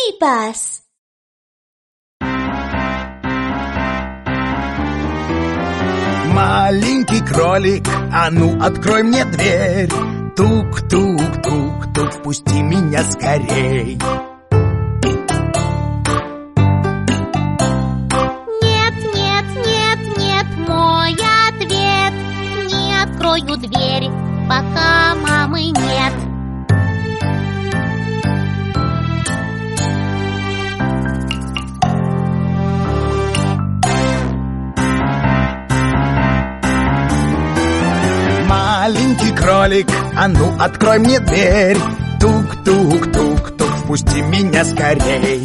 Bus. Маленький кролик, а ну открой мне дверь. Тук-тук-тук-тук, впусти меня скорей. Нет, нет, нет, нет, мой ответ. Не открою дверь, пока мамы нет. Маленький кролик, а ну открой мне дверь. Тук-тук-тук-тук, впусти меня скорей.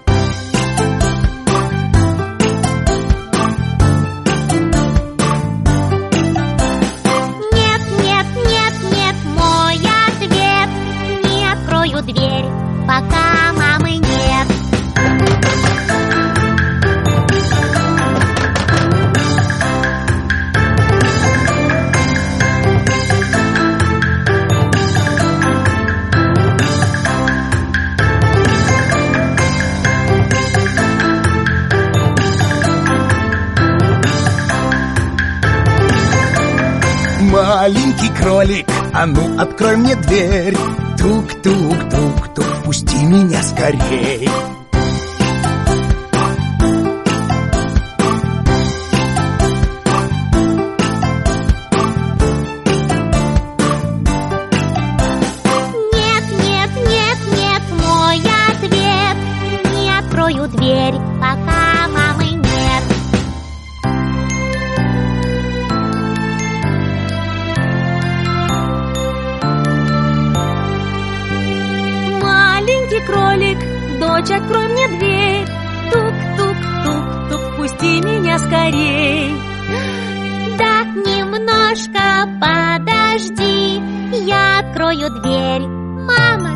Нет, нет, нет, нет, мой ответ. Не открою дверь, пока мамы нет. Маленький кролик, а ну открой мне дверь. Тук-тук-тук-тук, впусти меня скорей. Нет, нет, нет, нет, мой ответ. Не открою дверь, пока мамы нет. Маленький кролик, дочь, открой мне дверь. Тук-тук-тук-тук, впусти меня скорей. Так, немножко подожди, я открою дверь. Мама,